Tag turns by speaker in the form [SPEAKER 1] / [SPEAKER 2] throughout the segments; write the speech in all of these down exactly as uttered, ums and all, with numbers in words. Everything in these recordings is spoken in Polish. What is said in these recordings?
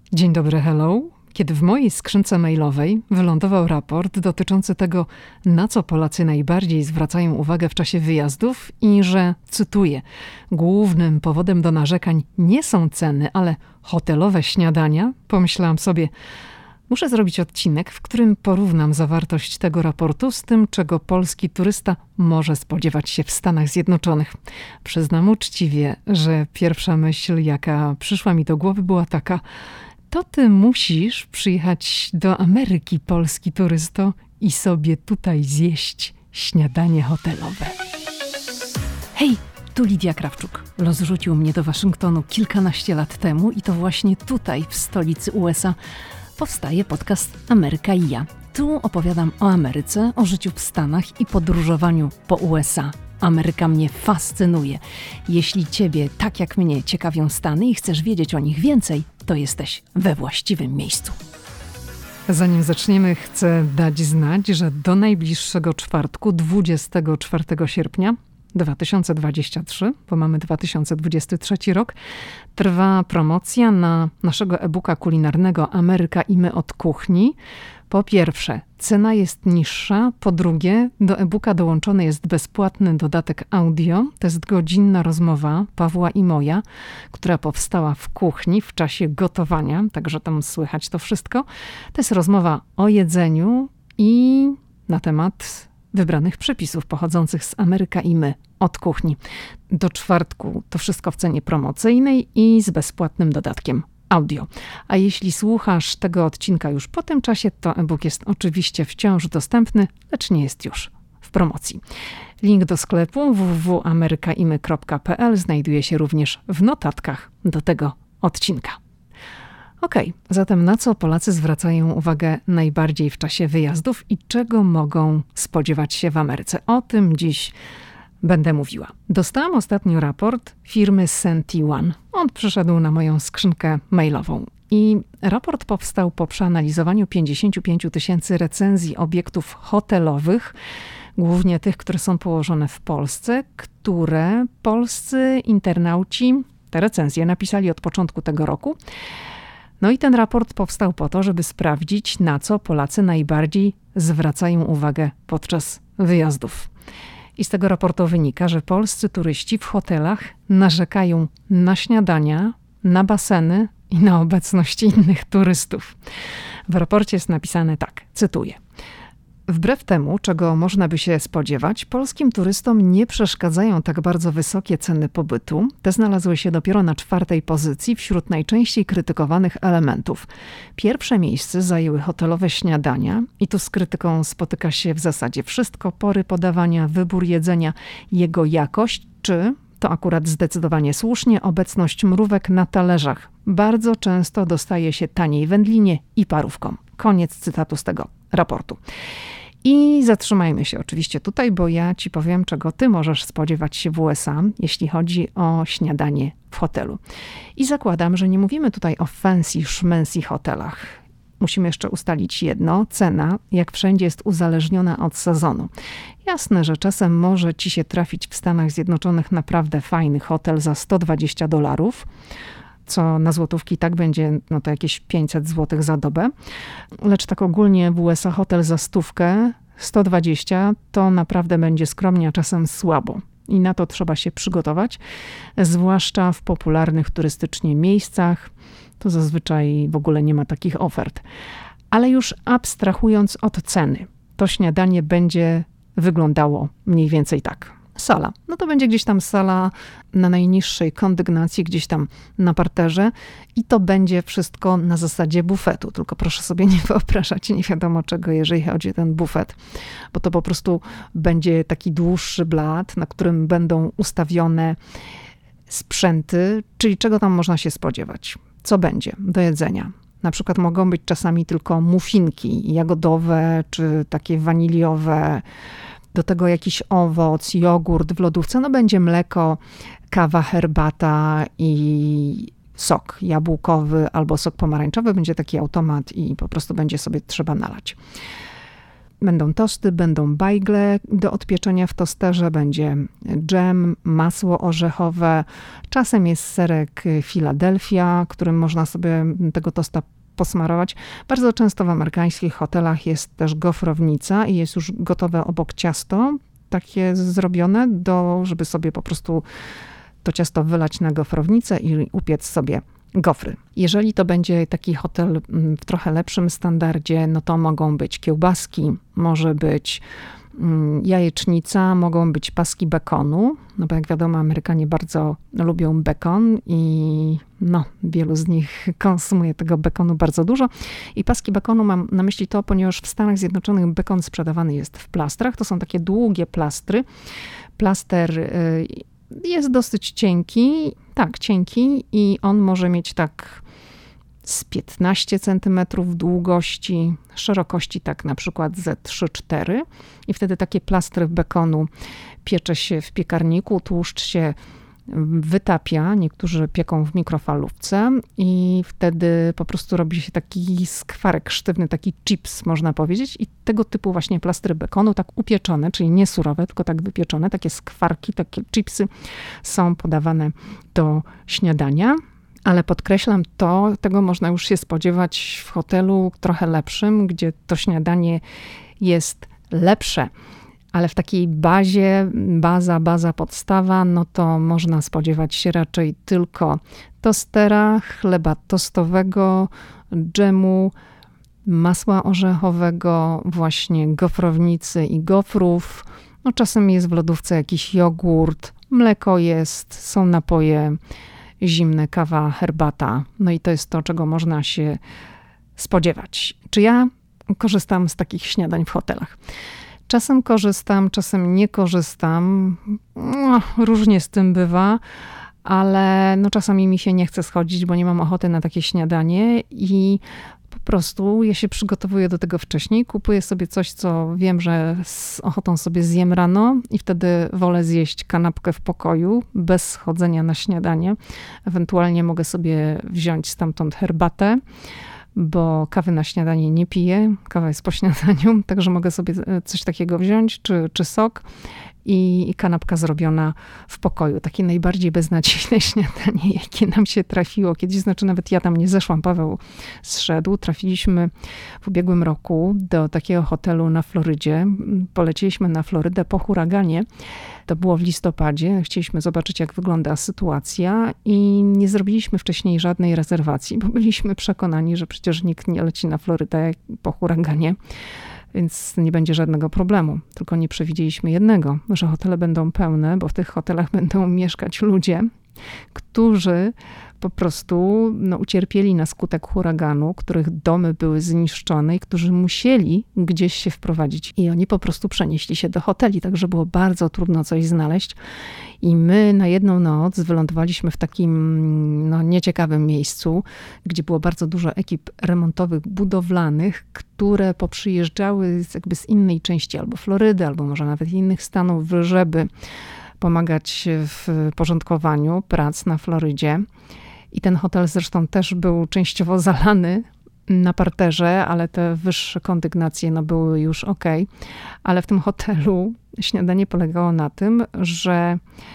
[SPEAKER 1] Dzień dobry, hello. Kiedy w mojej skrzynce mailowej wylądował raport dotyczący tego, na co Polacy najbardziej zwracają uwagę w czasie wyjazdów i że, cytuję, głównym powodem do narzekań nie są ceny, ale hotelowe śniadania, pomyślałam sobie, muszę zrobić odcinek, w którym porównam zawartość tego raportu z tym, czego polski turysta może spodziewać się w Stanach Zjednoczonych. Przyznam uczciwie, że pierwsza myśl, jaka przyszła mi do głowy, była taka: to ty musisz przyjechać do Ameryki, polski turysto, i sobie tutaj zjeść śniadanie hotelowe. Hej, tu Lidia Krawczuk. Los rzucił mnie do Waszyngtonu kilkanaście lat temu i to właśnie tutaj, w stolicy U S A, powstaje podcast Ameryka i ja. Tu opowiadam o Ameryce, o życiu w Stanach i podróżowaniu po U S A. Ameryka mnie fascynuje. Jeśli ciebie, tak jak mnie, ciekawią Stany i chcesz wiedzieć o nich więcej, to jesteś we właściwym miejscu. Zanim zaczniemy, chcę dać znać, że do najbliższego czwartku, dwudziestego czwartego sierpnia dwa tysiące dwudziestego trzeciego, bo mamy dwa tysiące dwudziesty trzeci rok, trwa promocja na naszego e-booka kulinarnego Ameryka i my od kuchni. Po pierwsze, cena jest niższa. Po drugie, do e-booka dołączony jest bezpłatny dodatek audio. To jest godzinna rozmowa Pawła i moja, która powstała w kuchni w czasie gotowania, także tam słychać to wszystko. To jest rozmowa o jedzeniu i na temat wybranych przepisów pochodzących z Ameryka i my od kuchni. Do czwartku to wszystko w cenie promocyjnej i z bezpłatnym dodatkiem audio. A jeśli słuchasz tego odcinka już po tym czasie, to e-book jest oczywiście wciąż dostępny, lecz nie jest już w promocji. Link do sklepu w w w kropka amerykaimy kropka p l znajduje się również w notatkach do tego odcinka. Okej, okay, zatem na co Polacy zwracają uwagę najbardziej w czasie wyjazdów i czego mogą spodziewać się w Ameryce? O tym dziś będę mówiła. Dostałam ostatnio raport firmy Senti One. On przyszedł na moją skrzynkę mailową. I raport powstał po przeanalizowaniu pięćdziesięciu pięciu tysięcy recenzji obiektów hotelowych, głównie tych, które są położone w Polsce, które polscy internauci, te recenzje napisali od początku tego roku. No i ten raport powstał po to, żeby sprawdzić, na co Polacy najbardziej zwracają uwagę podczas wyjazdów. I z tego raportu wynika, że polscy turyści w hotelach narzekają na śniadania, na baseny i na obecność innych turystów. W raporcie jest napisane tak, cytuję: wbrew temu, czego można by się spodziewać, polskim turystom nie przeszkadzają tak bardzo wysokie ceny pobytu. Te znalazły się dopiero na czwartej pozycji wśród najczęściej krytykowanych elementów. Pierwsze miejsce zajęły hotelowe śniadania i tu z krytyką spotyka się w zasadzie wszystko: pory podawania, wybór jedzenia, jego jakość, czy, to akurat zdecydowanie słusznie, obecność mrówek na talerzach. Bardzo często dostaje się taniej wędlinie i parówkom. Koniec cytatu z tego raportu. I zatrzymajmy się oczywiście tutaj, bo ja ci powiem, czego ty możesz spodziewać się w U S A, jeśli chodzi o śniadanie w hotelu. I zakładam, że nie mówimy tutaj o fancy, szmancy hotelach. Musimy jeszcze ustalić jedno: cena, jak wszędzie, jest uzależniona od sezonu. Jasne, że czasem może ci się trafić w Stanach Zjednoczonych naprawdę fajny hotel za sto dwadzieścia dolarów, co na złotówki tak będzie, no to jakieś pięćset złotych za dobę. Lecz tak ogólnie w U S A hotel za stówkę, sto dwadzieścia, to naprawdę będzie skromnie, a czasem słabo. I na to trzeba się przygotować, zwłaszcza w popularnych turystycznie miejscach. To zazwyczaj w ogóle nie ma takich ofert. Ale już abstrahując od ceny, to śniadanie będzie wyglądało mniej więcej tak. Sala. No to będzie gdzieś tam sala na najniższej kondygnacji, gdzieś tam na parterze i to będzie wszystko na zasadzie bufetu. Tylko proszę sobie nie wyobrażać nie wiadomo czego, jeżeli chodzi o ten bufet, bo to po prostu będzie taki dłuższy blat, na którym będą ustawione sprzęty, czyli czego tam można się spodziewać. Co będzie do jedzenia? Na przykład mogą być czasami tylko muffinki jagodowe, czy takie waniliowe, do tego jakiś owoc, jogurt w lodówce, no będzie mleko, kawa, herbata i sok jabłkowy albo sok pomarańczowy. Będzie taki automat i po prostu będzie sobie trzeba nalać. Będą tosty, będą bajgle do odpieczenia w tosterze, będzie dżem, masło orzechowe, czasem jest serek Philadelphia, którym można sobie tego tosta posmarować. Bardzo często w amerykańskich hotelach jest też gofrownica i jest już gotowe obok ciasto, takie zrobione, do, żeby sobie po prostu to ciasto wylać na gofrownicę i upiec sobie gofry. Jeżeli to będzie taki hotel w trochę lepszym standardzie, no to mogą być kiełbaski, może być jajecznica, mogą być paski bekonu, no bo jak wiadomo, Amerykanie bardzo lubią bekon i no, wielu z nich konsumuje tego bekonu bardzo dużo. I paski bekonu mam na myśli to, ponieważ w Stanach Zjednoczonych bekon sprzedawany jest w plastrach. To są takie długie plastry. Plaster jest dosyć cienki, tak, cienki i on może mieć tak z piętnaście centymetrów długości, szerokości tak na przykład ze trzy cztery i wtedy takie plastry bekonu piecze się w piekarniku, tłuszcz się wytapia, niektórzy pieką w mikrofalówce i wtedy po prostu robi się taki skwarek sztywny, taki chips można powiedzieć i tego typu właśnie plastry bekonu, tak upieczone, czyli nie surowe, tylko tak wypieczone, takie skwarki, takie chipsy są podawane do śniadania. Ale podkreślam to, tego można już się spodziewać w hotelu trochę lepszym, gdzie to śniadanie jest lepsze. Ale w takiej bazie, baza, baza podstawa, no to można spodziewać się raczej tylko tostera, chleba tostowego, dżemu, masła orzechowego, właśnie gofrownicy i gofrów. No czasem jest w lodówce jakiś jogurt, mleko jest, są napoje zimne, kawa, herbata. No i to jest to, czego można się spodziewać. Czy ja korzystam z takich śniadań w hotelach? Czasem korzystam, czasem nie korzystam. No, różnie z tym bywa, ale no czasami mi się nie chce schodzić, bo nie mam ochoty na takie śniadanie i po prostu ja się przygotowuję do tego wcześniej. Kupuję sobie coś, co wiem, że z ochotą sobie zjem rano i wtedy wolę zjeść kanapkę w pokoju bez chodzenia na śniadanie. Ewentualnie mogę sobie wziąć stamtąd herbatę, bo kawy na śniadanie nie piję. Kawa jest po śniadaniu, także mogę sobie coś takiego wziąć, czy, czy sok. I kanapka zrobiona w pokoju. Takie najbardziej beznadziejne śniadanie, jakie nam się trafiło kiedyś. Znaczy nawet ja tam nie zeszłam, Paweł zszedł. Trafiliśmy w ubiegłym roku do takiego hotelu na Florydzie. Poleciliśmy na Florydę po huraganie. To było w listopadzie. Chcieliśmy zobaczyć, jak wygląda sytuacja i nie zrobiliśmy wcześniej żadnej rezerwacji, bo byliśmy przekonani, że przecież nikt nie leci na Florydę po huraganie. Więc nie będzie żadnego problemu. Tylko nie przewidzieliśmy jednego, że hotele będą pełne, bo w tych hotelach będą mieszkać ludzie, którzy po prostu no, ucierpieli na skutek huraganu, których domy były zniszczone i którzy musieli gdzieś się wprowadzić. I oni po prostu przenieśli się do hoteli, także było bardzo trudno coś znaleźć. I my na jedną noc wylądowaliśmy w takim no, nieciekawym miejscu, gdzie było bardzo dużo ekip remontowych, budowlanych, które poprzyjeżdżały z, jakby z innej części albo Florydy, albo może nawet innych stanów, żeby pomagać w porządkowaniu prac na Florydzie. I ten hotel zresztą też był częściowo zalany na parterze, ale te wyższe kondygnacje no, były już ok. Ale w tym hotelu śniadanie polegało na tym, że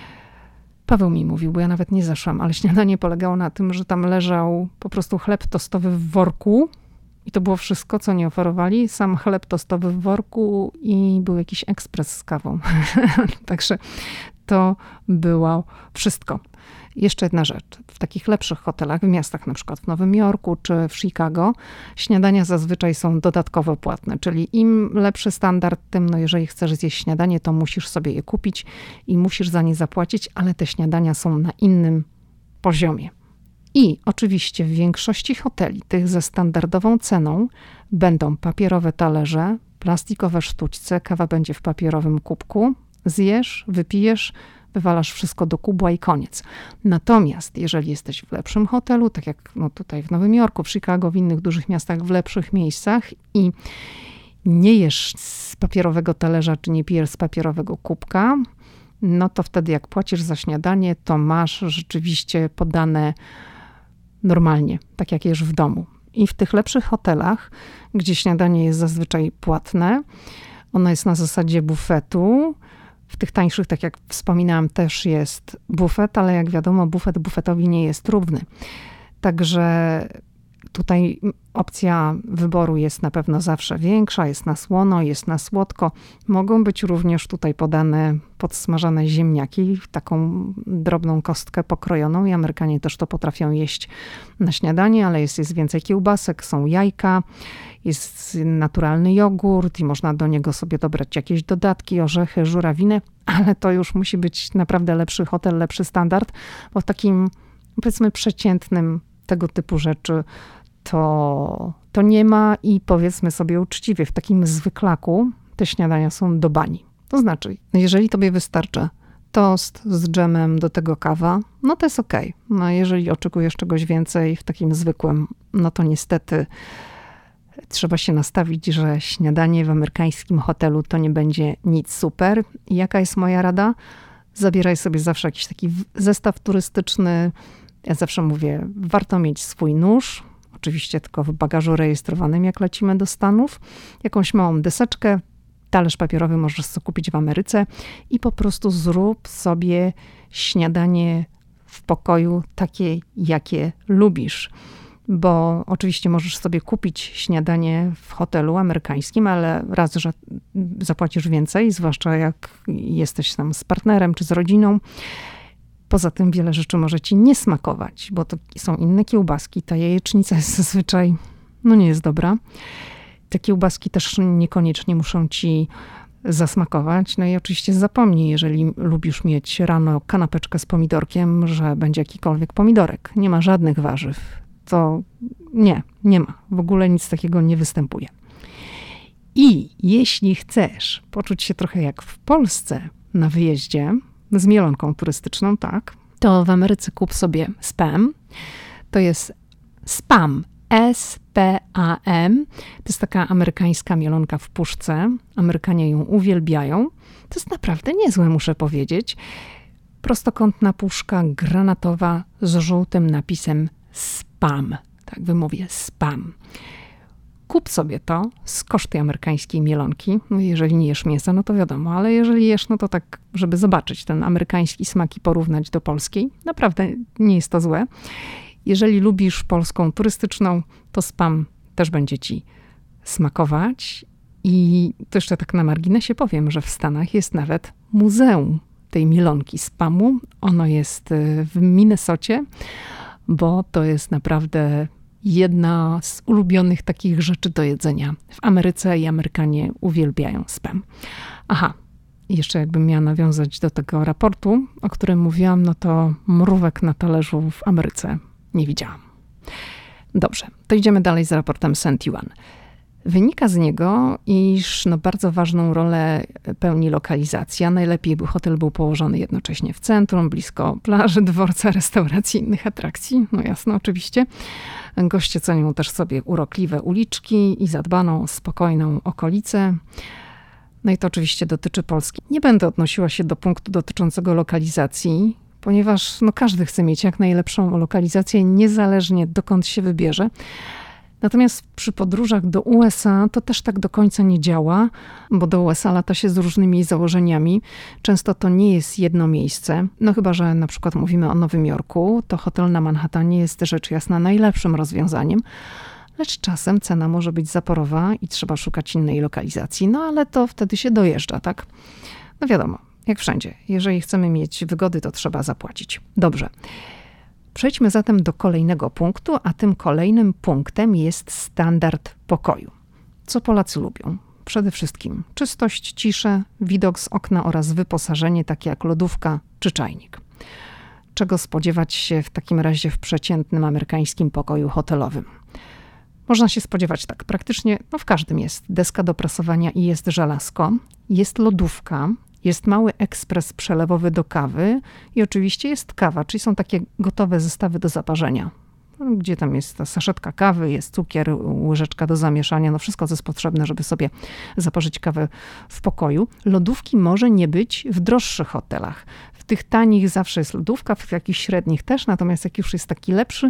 [SPEAKER 1] Paweł mi mówił, bo ja nawet nie zeszłam, ale śniadanie polegało na tym, że tam leżał po prostu chleb tostowy w worku i to było wszystko, co nie oferowali. Sam chleb tostowy w worku i był jakiś ekspres z kawą. Także to było wszystko. Jeszcze jedna rzecz. W takich lepszych hotelach, w miastach, na przykład w Nowym Jorku czy w Chicago, śniadania zazwyczaj są dodatkowo płatne. Czyli im lepszy standard, tym no jeżeli chcesz zjeść śniadanie, to musisz sobie je kupić i musisz za nie zapłacić, ale te śniadania są na innym poziomie. I oczywiście w większości hoteli, tych ze standardową ceną, będą papierowe talerze, plastikowe sztućce, kawa będzie w papierowym kubku, zjesz, wypijesz, wywalasz wszystko do kubła i koniec. Natomiast jeżeli jesteś w lepszym hotelu, tak jak no tutaj w Nowym Jorku, w Chicago, w innych dużych miastach, w lepszych miejscach i nie jesz z papierowego talerza, czy nie pijesz z papierowego kubka, no to wtedy jak płacisz za śniadanie, to masz rzeczywiście podane normalnie, tak jak jesz w domu. I w tych lepszych hotelach, gdzie śniadanie jest zazwyczaj płatne, ono jest na zasadzie bufetu. W tych tańszych, tak jak wspominałam, też jest bufet, ale jak wiadomo, bufet bufetowi nie jest równy. Także tutaj opcja wyboru jest na pewno zawsze większa, jest na słono, jest na słodko. Mogą być również tutaj podane podsmażane ziemniaki, taką drobną kostkę pokrojoną i Amerykanie też to potrafią jeść na śniadanie, ale jest, jest więcej kiełbasek, są jajka, jest naturalny jogurt i można do niego sobie dobrać jakieś dodatki, orzechy, żurawiny, ale to już musi być naprawdę lepszy hotel, lepszy standard, bo w takim, powiedzmy, przeciętnym tego typu rzeczy to, to nie ma i powiedzmy sobie uczciwie, w takim zwyklaku te śniadania są do bani. To znaczy, jeżeli tobie wystarczy tost z dżemem, do tego kawa, no to jest okej. No jeżeli oczekujesz czegoś więcej w takim zwykłym, no to niestety trzeba się nastawić, że śniadanie w amerykańskim hotelu to nie będzie nic super. I jaka jest moja rada? Zabieraj sobie zawsze jakiś taki zestaw turystyczny. Ja zawsze mówię, warto mieć swój nóż, oczywiście tylko w bagażu rejestrowanym, jak lecimy do Stanów, jakąś małą deseczkę, talerz papierowy możesz sobie kupić w Ameryce i po prostu zrób sobie śniadanie w pokoju takie, jakie lubisz. Bo oczywiście możesz sobie kupić śniadanie w hotelu amerykańskim, ale raz, że zapłacisz więcej, zwłaszcza jak jesteś tam z partnerem czy z rodziną. Poza tym wiele rzeczy może ci nie smakować, bo to są inne kiełbaski. Ta jajecznica jest zazwyczaj, no nie jest dobra. Te kiełbaski też niekoniecznie muszą ci zasmakować. No i oczywiście zapomnij, jeżeli lubisz mieć rano kanapeczkę z pomidorkiem, że będzie jakikolwiek pomidorek. Nie ma żadnych warzyw. To nie, nie ma. W ogóle nic takiego nie występuje. I jeśli chcesz poczuć się trochę jak w Polsce na wyjeździe, z mielonką turystyczną, tak, to w Ameryce kup sobie Spam. To jest Spam, S P A M. To jest taka amerykańska mielonka w puszce. Amerykanie ją uwielbiają. To jest naprawdę niezłe, muszę powiedzieć. Prostokątna puszka granatowa z żółtym napisem Spam. Tak wymówię, Spam. Kup sobie to z koszty amerykańskiej mielonki. No jeżeli nie jesz mięsa, no to wiadomo, ale jeżeli jesz, no to tak, żeby zobaczyć ten amerykański smak i porównać do polskiej. Naprawdę nie jest to złe. Jeżeli lubisz polską turystyczną, to Spam też będzie ci smakować. I to jeszcze tak na marginesie powiem, że w Stanach jest nawet muzeum tej mielonki Spamu. Ono jest w Minnesocie, bo to jest naprawdę jedna z ulubionych takich rzeczy do jedzenia w Ameryce i Amerykanie uwielbiają Spam. Aha, jeszcze jakbym miała nawiązać do tego raportu, o którym mówiłam, no to mrówek na talerzu w Ameryce nie widziałam. Dobrze, to idziemy dalej z raportem Saint Juan. Wynika z niego, iż no bardzo ważną rolę pełni lokalizacja. Najlepiej by hotel był położony jednocześnie w centrum, blisko plaży, dworca, restauracji, innych atrakcji. No jasno, oczywiście. Goście cenią też sobie urokliwe uliczki i zadbaną, spokojną okolicę. No i to oczywiście dotyczy Polski. Nie będę odnosiła się do punktu dotyczącego lokalizacji, ponieważ no każdy chce mieć jak najlepszą lokalizację, niezależnie dokąd się wybierze. Natomiast przy podróżach do U S A to też tak do końca nie działa, bo do U S A lata się z różnymi założeniami. Często to nie jest jedno miejsce. No chyba, że na przykład mówimy o Nowym Jorku, to hotel na Manhattanie jest rzecz jasna najlepszym rozwiązaniem. Lecz czasem cena może być zaporowa i trzeba szukać innej lokalizacji. No ale to wtedy się dojeżdża, tak? No wiadomo, jak wszędzie. Jeżeli chcemy mieć wygody, to trzeba zapłacić. Dobrze. Przejdźmy zatem do kolejnego punktu, a tym kolejnym punktem jest standard pokoju. Co Polacy lubią? Przede wszystkim czystość, ciszę, widok z okna oraz wyposażenie takie jak lodówka czy czajnik. Czego spodziewać się w takim razie w przeciętnym amerykańskim pokoju hotelowym? Można się spodziewać tak, praktycznie no w każdym jest deska do prasowania i jest żelazko, jest lodówka, jest mały ekspres przelewowy do kawy i oczywiście jest kawa, czyli są takie gotowe zestawy do zaparzenia. Gdzie tam jest ta saszetka kawy, jest cukier, łyżeczka do zamieszania, no wszystko, co jest potrzebne, żeby sobie zaparzyć kawę w pokoju. Lodówki może nie być w droższych hotelach. W tych tanich zawsze jest lodówka, w jakichś średnich też, natomiast jak już jest taki lepszy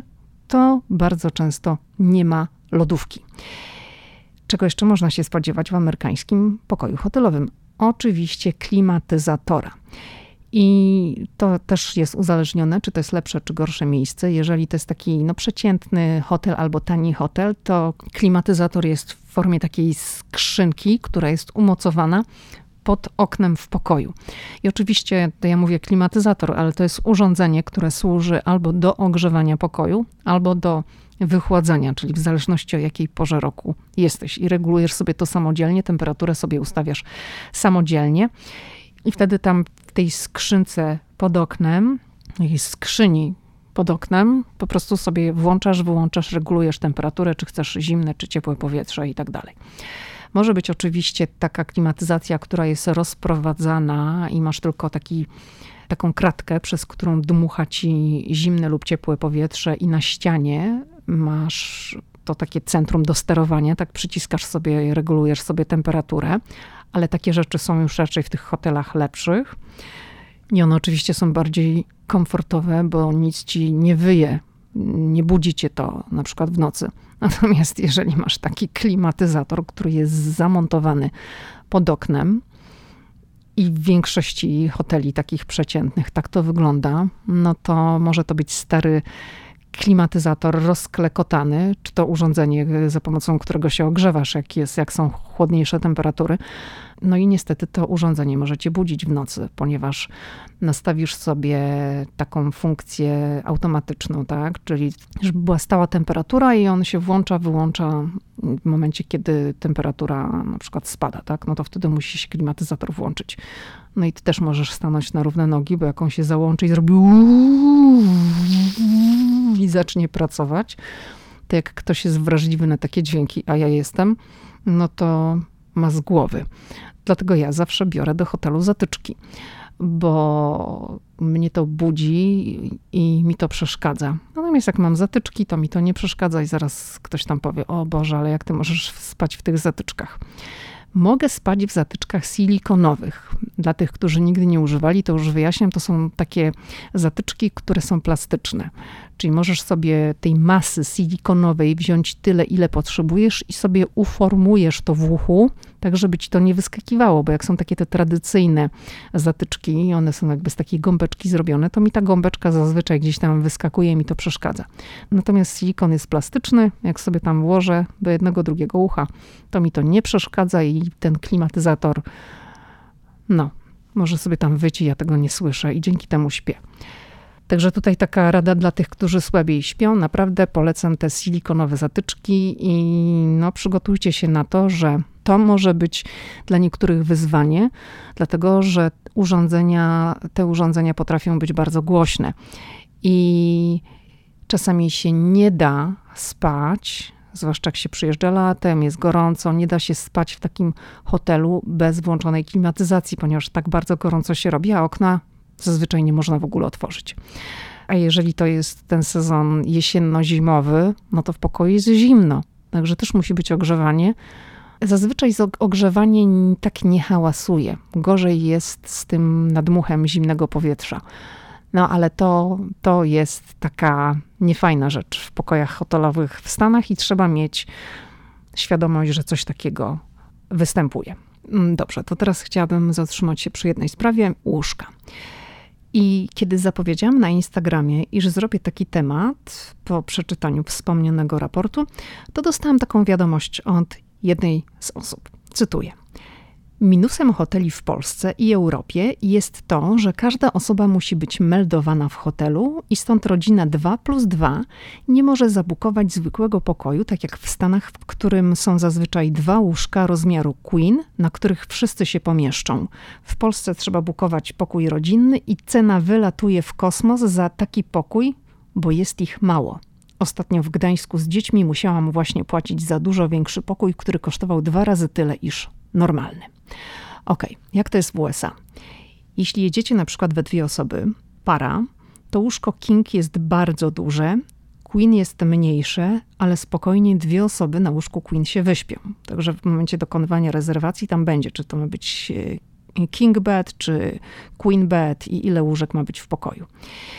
[SPEAKER 1] to bardzo często nie ma lodówki. Czego jeszcze można się spodziewać w amerykańskim pokoju hotelowym? Oczywiście klimatyzatora. I to też jest uzależnione, czy to jest lepsze, czy gorsze miejsce. Jeżeli to jest taki no, przeciętny hotel albo tani hotel, to klimatyzator jest w formie takiej skrzynki, która jest umocowana pod oknem w pokoju. I oczywiście, to ja mówię klimatyzator, ale to jest urządzenie, które służy albo do ogrzewania pokoju, albo do wychładzania, czyli w zależności o jakiej porze roku jesteś. I regulujesz sobie to samodzielnie, temperaturę sobie ustawiasz samodzielnie. I wtedy tam w tej skrzynce pod oknem, jakiejś skrzyni pod oknem, po prostu sobie włączasz, wyłączasz, regulujesz temperaturę, czy chcesz zimne, czy ciepłe powietrze i tak dalej. Może być oczywiście taka klimatyzacja, która jest rozprowadzana i masz tylko taki, taką kratkę, przez którą dmucha ci zimne lub ciepłe powietrze i na ścianie masz to takie centrum do sterowania, tak przyciskasz sobie, regulujesz sobie temperaturę, ale takie rzeczy są już raczej w tych hotelach lepszych. I one oczywiście są bardziej komfortowe, bo nic ci nie wyje, nie budzi cię to na przykład w nocy. Natomiast jeżeli masz taki klimatyzator, który jest zamontowany pod oknem i w większości hoteli takich przeciętnych tak to wygląda, no to może to być stary klimatyzator rozklekotany, czy to urządzenie, za pomocą którego się ogrzewasz, jak jest, jak są chłodniejsze temperatury. No i niestety to urządzenie może cię budzić w nocy, ponieważ nastawisz sobie taką funkcję automatyczną, tak? Czyli żeby była stała temperatura i on się włącza, wyłącza w momencie, kiedy temperatura na przykład spada, tak? No to wtedy musi się klimatyzator włączyć. No i ty też możesz stanąć na równe nogi, bo jak on się załączy i zrobi i zacznie pracować, to jak ktoś jest wrażliwy na takie dźwięki, a ja jestem, no to ma z głowy. Dlatego ja zawsze biorę do hotelu zatyczki, bo mnie to budzi i mi to przeszkadza. Natomiast jak mam zatyczki, to mi to nie przeszkadza i zaraz ktoś tam powie, o Boże, ale jak ty możesz spać w tych zatyczkach? Mogę spać w zatyczkach silikonowych. Dla tych, którzy nigdy nie używali, to już wyjaśniam, to są takie zatyczki, które są plastyczne. Czyli możesz sobie tej masy silikonowej wziąć tyle, ile potrzebujesz i sobie uformujesz to w uchu, tak żeby ci to nie wyskakiwało, bo jak są takie te tradycyjne zatyczki, one są jakby z takiej gąbeczki zrobione, to mi ta gąbeczka zazwyczaj gdzieś tam wyskakuje i mi to przeszkadza. Natomiast silikon jest plastyczny, jak sobie tam włożę do jednego, drugiego ucha, to mi to nie przeszkadza i ten klimatyzator, no, może sobie tam wyć i ja tego nie słyszę i dzięki temu śpię. Także tutaj taka rada dla tych, którzy słabiej śpią. Naprawdę polecam te silikonowe zatyczki i no, przygotujcie się na to, że to może być dla niektórych wyzwanie, dlatego że urządzenia, te urządzenia potrafią być bardzo głośne i czasami się nie da spać, zwłaszcza jak się przyjeżdża latem, jest gorąco, nie da się spać w takim hotelu bez włączonej klimatyzacji, ponieważ tak bardzo gorąco się robi, a okna zazwyczaj nie można w ogóle otworzyć. A jeżeli to jest ten sezon jesienno-zimowy, no to w pokoju jest zimno, także też musi być ogrzewanie. Zazwyczaj ogrzewanie tak nie hałasuje. Gorzej jest z tym nadmuchem zimnego powietrza. No ale to, to jest taka niefajna rzecz w pokojach hotelowych w Stanach i trzeba mieć świadomość, że coś takiego występuje. Dobrze, to teraz chciałabym zatrzymać się przy jednej sprawie, łóżka. I kiedy zapowiedziałam na Instagramie, iż zrobię taki temat po przeczytaniu wspomnianego raportu, to dostałam taką wiadomość od jednej z osób. Cytuję. Minusem hoteli w Polsce i Europie jest to, że każda osoba musi być meldowana w hotelu i stąd rodzina dwa plus dwa nie może zabukować zwykłego pokoju, tak jak w Stanach, w którym są zazwyczaj dwa łóżka rozmiaru queen, na których wszyscy się pomieszczą. W Polsce trzeba bukować pokój rodzinny i cena wylatuje w kosmos za taki pokój, bo jest ich mało. Ostatnio w Gdańsku z dziećmi musiałam właśnie płacić za dużo większy pokój, który kosztował dwa razy tyle, iż normalny. Okej, okay. Jak to jest w U S A? Jeśli jedziecie na przykład we dwie osoby, para, to łóżko king jest bardzo duże, queen jest mniejsze, ale spokojnie dwie osoby na łóżku queen się wyśpią. Także w momencie dokonywania rezerwacji tam będzie, czy to ma być king bed, czy queen bed i ile łóżek ma być w pokoju.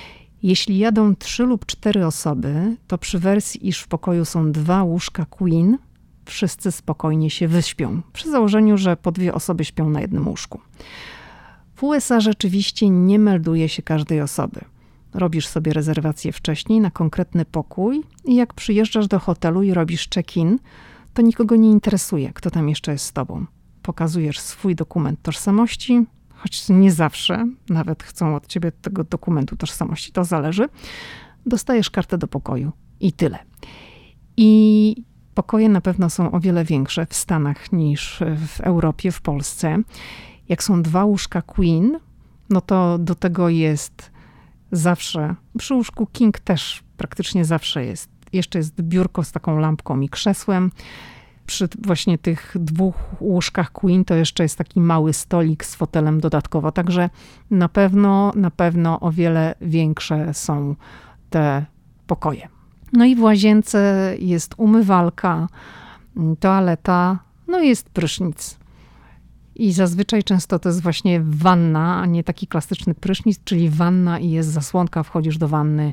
[SPEAKER 1] Jeśli jadą trzy lub cztery osoby, to przy wersji, iż w pokoju są dwa łóżka queen, wszyscy spokojnie się wyśpią, przy założeniu, że po dwie osoby śpią na jednym łóżku. W U S A rzeczywiście nie melduje się każdej osoby. Robisz sobie rezerwację wcześniej na konkretny pokój i jak przyjeżdżasz do hotelu i robisz check-in, to nikogo nie interesuje, kto tam jeszcze jest z tobą. Pokazujesz swój dokument tożsamości, choć nie zawsze, nawet chcą od ciebie tego dokumentu tożsamości, to zależy. Dostajesz kartę do pokoju i tyle. I pokoje na pewno są o wiele większe w Stanach niż w Europie, w Polsce. Jak są dwa łóżka queen, no to do tego jest zawsze, przy łóżku king też praktycznie zawsze jest. Jeszcze jest biurko z taką lampką i krzesłem. Przy właśnie tych dwóch łóżkach queen to jeszcze jest taki mały stolik z fotelem dodatkowo. Także na pewno, na pewno o wiele większe są te pokoje. No i w łazience jest umywalka, toaleta, no i jest prysznic. I zazwyczaj często to jest właśnie wanna, a nie taki klasyczny prysznic, czyli wanna i jest zasłonka, wchodzisz do wanny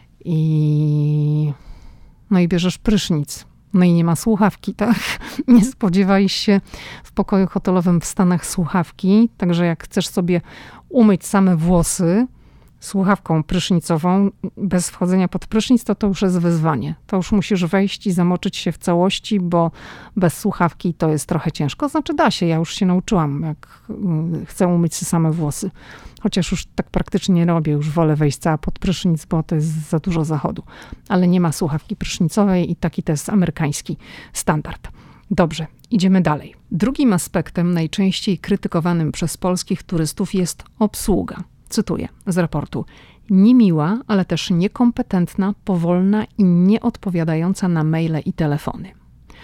[SPEAKER 1] i no i bierzesz prysznic. No i nie ma słuchawki, tak? Nie spodziewaj się w pokoju hotelowym w Stanach słuchawki, także jak chcesz sobie umyć same włosy słuchawką prysznicową, bez wchodzenia pod prysznic, to to już jest wyzwanie. To już musisz wejść i zamoczyć się w całości, bo bez słuchawki to jest trochę ciężko. Znaczy da się, ja już się nauczyłam, jak chcę umyć sobie same włosy. Chociaż już tak praktycznie nie robię, już wolę wejść cała pod prysznic, bo to jest za dużo zachodu. Ale nie ma słuchawki prysznicowej i taki to jest amerykański standard. Dobrze, idziemy dalej. Drugim aspektem, najczęściej krytykowanym przez polskich turystów, jest obsługa. Cytuję z raportu. Niemiła, ale też niekompetentna, powolna i nieodpowiadająca na maile i telefony.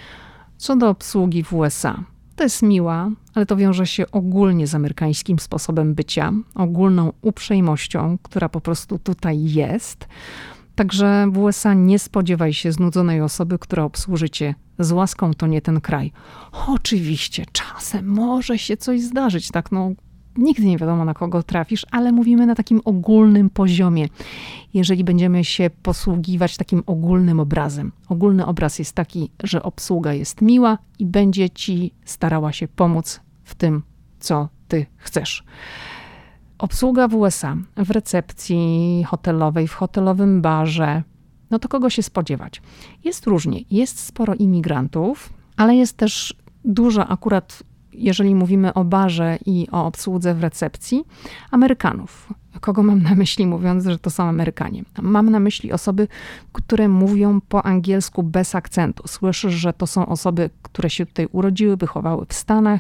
[SPEAKER 1] Co do obsługi w U S A, to jest miła, ale to wiąże się ogólnie z amerykańskim sposobem bycia, ogólną uprzejmością, która po prostu tutaj jest. Także w U S A nie spodziewaj się znudzonej osoby, która obsłuży cię z łaską, to nie ten kraj. Oczywiście, czasem może się coś zdarzyć, tak, no nigdy nie wiadomo, na kogo trafisz, ale mówimy na takim ogólnym poziomie. Jeżeli będziemy się posługiwać takim ogólnym obrazem. Ogólny obraz jest taki, że obsługa jest miła i będzie ci starała się pomóc w tym, co ty chcesz. Obsługa w U S A, w recepcji hotelowej, w hotelowym barze, no to kogo się spodziewać? Jest różnie. Jest sporo imigrantów, ale jest też dużo akurat, jeżeli mówimy o barze i o obsłudze w recepcji, Amerykanów. Kogo mam na myśli, mówiąc, że to są Amerykanie? Mam na myśli osoby, które mówią po angielsku bez akcentu. Słyszysz, że to są osoby, które się tutaj urodziły, wychowały w Stanach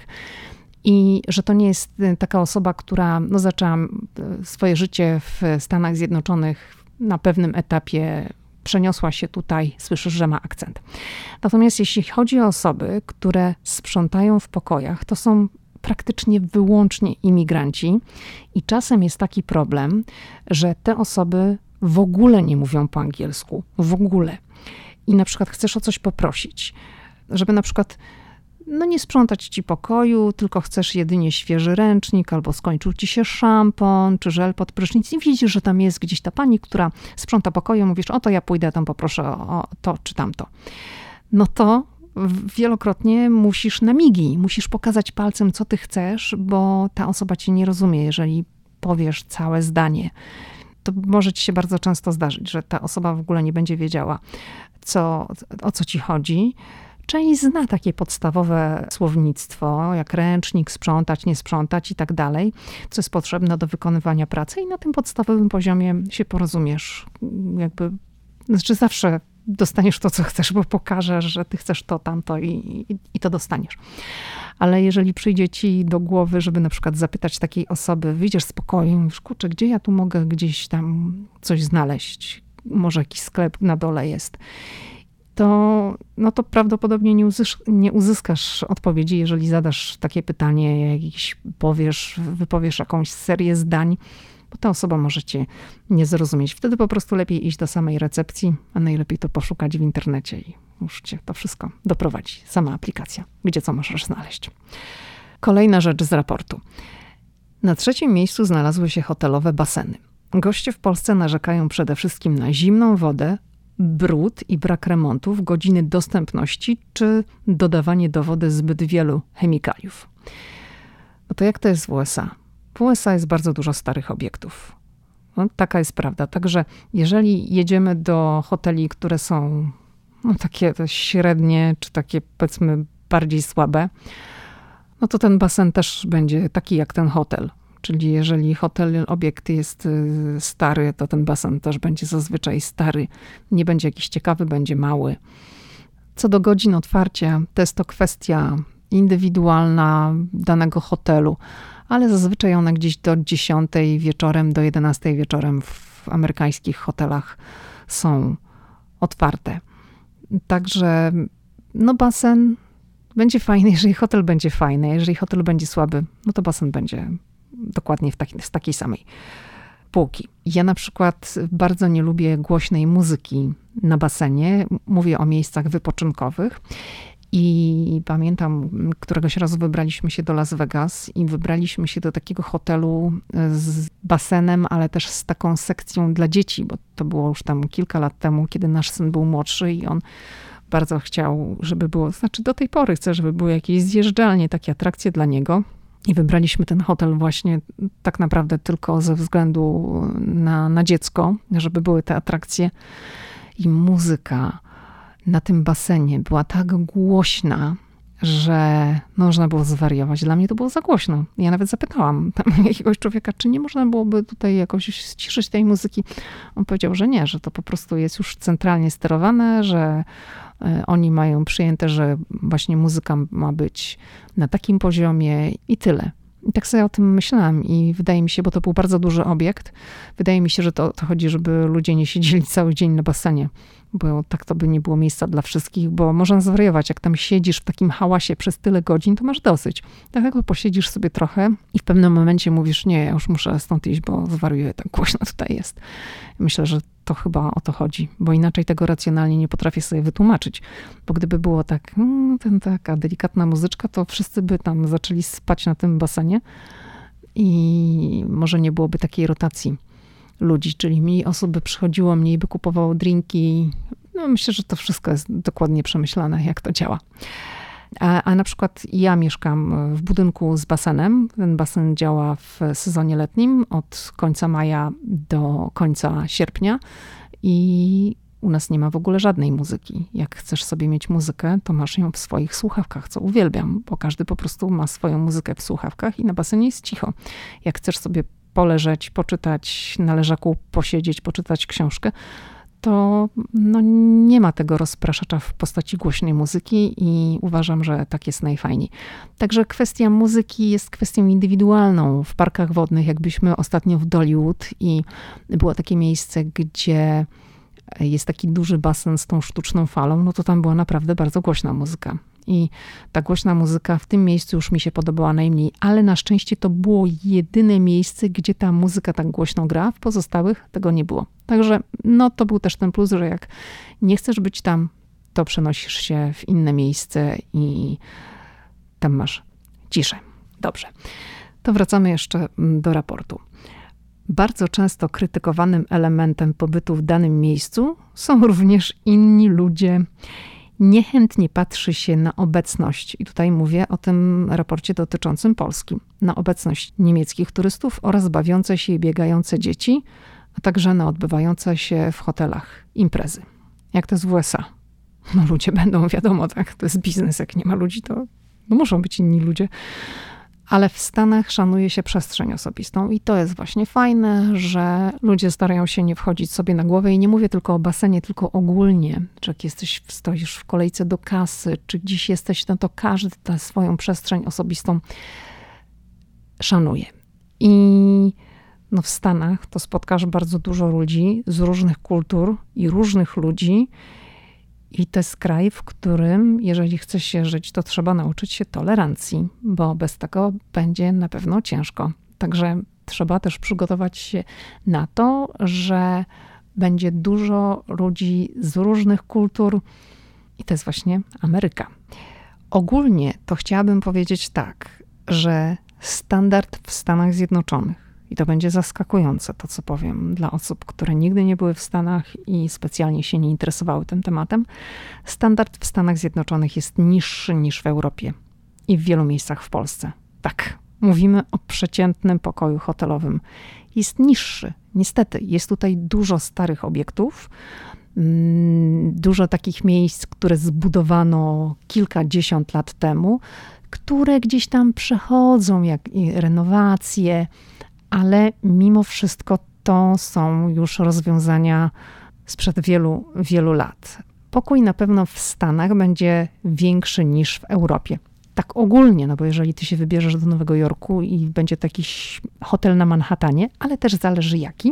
[SPEAKER 1] i że to nie jest taka osoba, która no, zaczęła swoje życie w Stanach Zjednoczonych na pewnym etapie, przeniosła się tutaj, słyszysz, że ma akcent. Natomiast jeśli chodzi o osoby, które sprzątają w pokojach, to są praktycznie wyłącznie imigranci i czasem jest taki problem, że te osoby w ogóle nie mówią po angielsku, w ogóle. I na przykład chcesz o coś poprosić, żeby na przykład no nie sprzątać ci pokoju, tylko chcesz jedynie świeży ręcznik, albo skończył ci się szampon, czy żel pod prysznic i widzisz, że tam jest gdzieś ta pani, która sprząta pokoju, mówisz, o to ja pójdę tam poproszę o to czy tamto. No to wielokrotnie musisz na migi, musisz pokazać palcem, co ty chcesz, bo ta osoba cię nie rozumie, jeżeli powiesz całe zdanie. To może ci się bardzo często zdarzyć, że ta osoba w ogóle nie będzie wiedziała, co, o co ci chodzi. Część zna takie podstawowe słownictwo, jak ręcznik, sprzątać, nie sprzątać i tak dalej, co jest potrzebne do wykonywania pracy i na tym podstawowym poziomie się porozumiesz. Jakby, znaczy zawsze dostaniesz to, co chcesz, bo pokażesz, że ty chcesz to, tamto i, i, i to dostaniesz. Ale jeżeli przyjdzie ci do głowy, żeby na przykład zapytać takiej osoby, wyjdziesz z pokoju i mówisz, kurczę, gdzie ja tu mogę gdzieś tam coś znaleźć? Może jakiś sklep na dole jest. To, no to prawdopodobnie nie, uzysz, nie uzyskasz odpowiedzi, jeżeli zadasz takie pytanie, jakiś powiesz, wypowiesz jakąś serię zdań, bo ta osoba może cię nie zrozumieć. Wtedy po prostu lepiej iść do samej recepcji, a najlepiej to poszukać w internecie i już cię to wszystko doprowadzi. Sama aplikacja, gdzie co możesz znaleźć. Kolejna rzecz z raportu. Na trzecim miejscu znalazły się hotelowe baseny. Goście w Polsce narzekają przede wszystkim na zimną wodę, brud i brak remontów, godziny dostępności czy dodawanie do wody zbyt wielu chemikaliów. No to jak to jest w U S A? W U S A jest bardzo dużo starych obiektów. No, taka jest prawda. Także jeżeli jedziemy do hoteli, które są no, takie średnie, czy takie powiedzmy bardziej słabe, no to ten basen też będzie taki jak ten hotel. Czyli jeżeli hotel, obiekt jest stary, to ten basen też będzie zazwyczaj stary. Nie będzie jakiś ciekawy, będzie mały. Co do godzin otwarcia, to jest to kwestia indywidualna danego hotelu, ale zazwyczaj one gdzieś do dziesiątej wieczorem, do jedenastej wieczorem w amerykańskich hotelach są otwarte. Także no basen będzie fajny, jeżeli hotel będzie fajny, jeżeli hotel będzie słaby, no to basen będzie dokładnie w taki, z takiej samej półki. Ja na przykład bardzo nie lubię głośnej muzyki na basenie. Mówię o miejscach wypoczynkowych. I pamiętam, któregoś razu wybraliśmy się do Las Vegas i wybraliśmy się do takiego hotelu z basenem, ale też z taką sekcją dla dzieci, bo to było już tam kilka lat temu, kiedy nasz syn był młodszy i on bardzo chciał, żeby było, znaczy do tej pory chce, żeby były jakieś zjeżdżalnie, takie atrakcje dla niego. I wybraliśmy ten hotel właśnie tak naprawdę tylko ze względu na, na dziecko, żeby były te atrakcje. I muzyka na tym basenie była tak głośna, że no, można było zwariować. Dla mnie to było za głośno. Ja nawet zapytałam tam jakiegoś człowieka, czy nie można byłoby tutaj jakoś ściszyć tej muzyki. On powiedział, że nie, że to po prostu jest już centralnie sterowane, że oni mają przyjęte, że właśnie muzyka ma być na takim poziomie i tyle. I tak sobie o tym myślałam i wydaje mi się, bo to był bardzo duży obiekt, wydaje mi się, że to, to chodzi, żeby ludzie nie siedzieli cały dzień na basenie, bo tak to by nie było miejsca dla wszystkich, bo można zwariować, jak tam siedzisz w takim hałasie przez tyle godzin, to masz dosyć. Dlatego posiedzisz sobie trochę i w pewnym momencie mówisz, nie, ja już muszę stąd iść, bo zwariuję, tak głośno tutaj jest. Myślę, że to chyba o to chodzi, bo inaczej tego racjonalnie nie potrafię sobie wytłumaczyć, bo gdyby było tak, no, ten, taka delikatna muzyczka, to wszyscy by tam zaczęli spać na tym basenie i może nie byłoby takiej rotacji ludzi, czyli mniej osób by przychodziło, mniej by kupowało drinki. No myślę, że to wszystko jest dokładnie przemyślane, jak to działa. A, a na przykład ja mieszkam w budynku z basenem. Ten basen działa w sezonie letnim od końca maja do końca sierpnia i u nas nie ma w ogóle żadnej muzyki. Jak chcesz sobie mieć muzykę, to masz ją w swoich słuchawkach, co uwielbiam, bo każdy po prostu ma swoją muzykę w słuchawkach i na basenie jest cicho. Jak chcesz sobie poleżeć, poczytać na leżaku, posiedzieć, poczytać książkę, to no, nie ma tego rozpraszacza w postaci głośnej muzyki i uważam, że tak jest najfajniej. Także kwestia muzyki jest kwestią indywidualną. W parkach wodnych, jak byliśmy ostatnio w Dollywood i było takie miejsce, gdzie jest taki duży basen z tą sztuczną falą, no to tam była naprawdę bardzo głośna muzyka. I ta głośna muzyka w tym miejscu już mi się podobała najmniej, ale na szczęście to było jedyne miejsce, gdzie ta muzyka tak głośno gra, w pozostałych tego nie było. Także no to był też ten plus, że jak nie chcesz być tam, to przenosisz się w inne miejsce i tam masz ciszę. Dobrze, to wracamy jeszcze do raportu. Bardzo często krytykowanym elementem pobytu w danym miejscu są również inni ludzie. Niechętnie patrzy się na obecność, i tutaj mówię o tym raporcie dotyczącym Polski, na obecność niemieckich turystów oraz bawiące się i biegające dzieci, a także na odbywające się w hotelach imprezy. Jak to jest w U S A? No ludzie będą, wiadomo, tak, to jest biznes, jak nie ma ludzi, to no muszą być inni ludzie. Ale w Stanach szanuje się przestrzeń osobistą i to jest właśnie fajne, że ludzie starają się nie wchodzić sobie na głowę i nie mówię tylko o basenie, tylko ogólnie, że jak jesteś, stoisz w kolejce do kasy, czy gdzieś jesteś, no to każdy tę swoją przestrzeń osobistą szanuje. I no w Stanach to spotkasz bardzo dużo ludzi z różnych kultur i różnych ludzi. I to jest kraj, w którym, jeżeli chce się żyć, to trzeba nauczyć się tolerancji, bo bez tego będzie na pewno ciężko. Także trzeba też przygotować się na to, że będzie dużo ludzi z różnych kultur i to jest właśnie Ameryka. Ogólnie to chciałabym powiedzieć tak, że standard w Stanach Zjednoczonych I to będzie zaskakujące, to co powiem, dla osób, które nigdy nie były w Stanach i specjalnie się nie interesowały tym tematem. Standard w Stanach Zjednoczonych jest niższy niż w Europie i w wielu miejscach w Polsce. Tak, mówimy o przeciętnym pokoju hotelowym. Jest niższy. Niestety, jest tutaj dużo starych obiektów, dużo takich miejsc, które zbudowano kilkadziesiąt lat temu, które gdzieś tam przechodzą jak renowacje, ale mimo wszystko to są już rozwiązania sprzed wielu, wielu lat. Pokój na pewno w Stanach będzie większy niż w Europie. Tak ogólnie, no bo jeżeli ty się wybierzesz do Nowego Jorku i będzie to jakiś hotel na Manhattanie, ale też zależy jaki,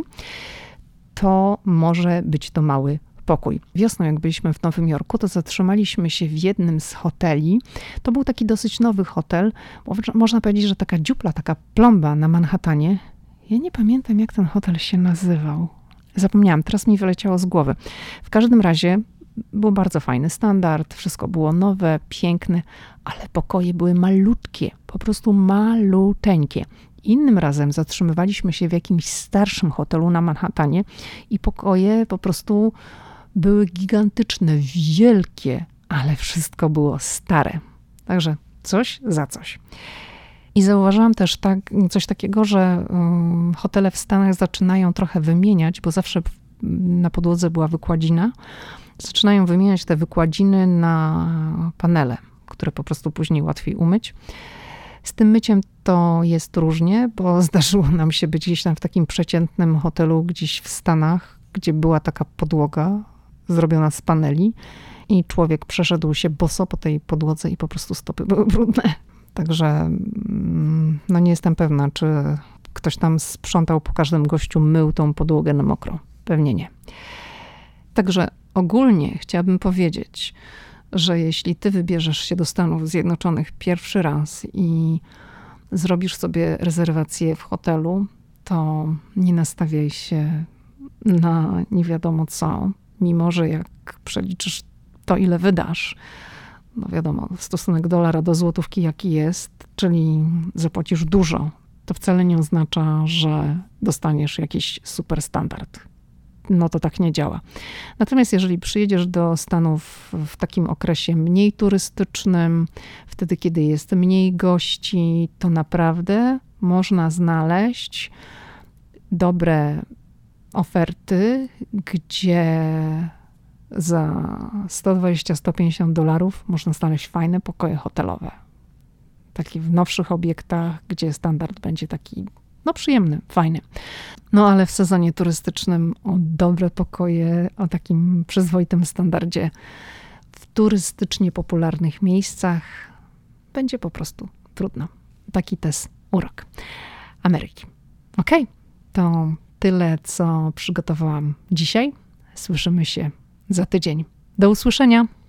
[SPEAKER 1] to może być to mały pokój. Wiosną, jak byliśmy w Nowym Jorku, to zatrzymaliśmy się w jednym z hoteli. To był taki dosyć nowy hotel, można powiedzieć, że taka dziupla, taka plomba na Manhattanie. Ja nie pamiętam, jak ten hotel się nazywał. Zapomniałam, teraz mi wyleciało z głowy. W każdym razie był bardzo fajny standard, wszystko było nowe, piękne, ale pokoje były malutkie, po prostu maluteńkie. Innym razem zatrzymywaliśmy się w jakimś starszym hotelu na Manhattanie i pokoje po prostu były gigantyczne, wielkie, ale wszystko było stare. Także coś za coś. I zauważyłam też tak, coś takiego, że um, hotele w Stanach zaczynają trochę wymieniać, bo zawsze na podłodze była wykładzina. Zaczynają wymieniać te wykładziny na panele, które po prostu później łatwiej umyć. Z tym myciem to jest różnie, bo zdarzyło nam się być gdzieś tam w takim przeciętnym hotelu gdzieś w Stanach, gdzie była taka podłoga zrobiona z paneli i człowiek przeszedł się boso po tej podłodze i po prostu stopy były brudne. Także no nie jestem pewna, czy ktoś tam sprzątał po każdym gościu, mył tą podłogę na mokro. Pewnie nie. Także ogólnie chciałabym powiedzieć, że jeśli ty wybierzesz się do Stanów Zjednoczonych pierwszy raz i zrobisz sobie rezerwację w hotelu, to nie nastawiaj się na nie wiadomo co, mimo że jak przeliczysz to, ile wydasz, no wiadomo, stosunek dolara do złotówki jaki jest, czyli zapłacisz dużo, to wcale nie oznacza, że dostaniesz jakiś super standard. No to tak nie działa. Natomiast jeżeli przyjedziesz do Stanów w takim okresie mniej turystycznym, wtedy kiedy jest mniej gości, to naprawdę można znaleźć dobre oferty, gdzie za sto dwadzieścia do stu pięćdziesięciu dolarów można znaleźć fajne pokoje hotelowe. Takie w nowszych obiektach, gdzie standard będzie taki no przyjemny, fajny. No ale w sezonie turystycznym o dobre pokoje, o takim przyzwoitym standardzie w turystycznie popularnych miejscach będzie po prostu trudno. Taki to jest urok Ameryki. Okej, okay, to tyle, co przygotowałam dzisiaj. Słyszymy się za tydzień. Do usłyszenia.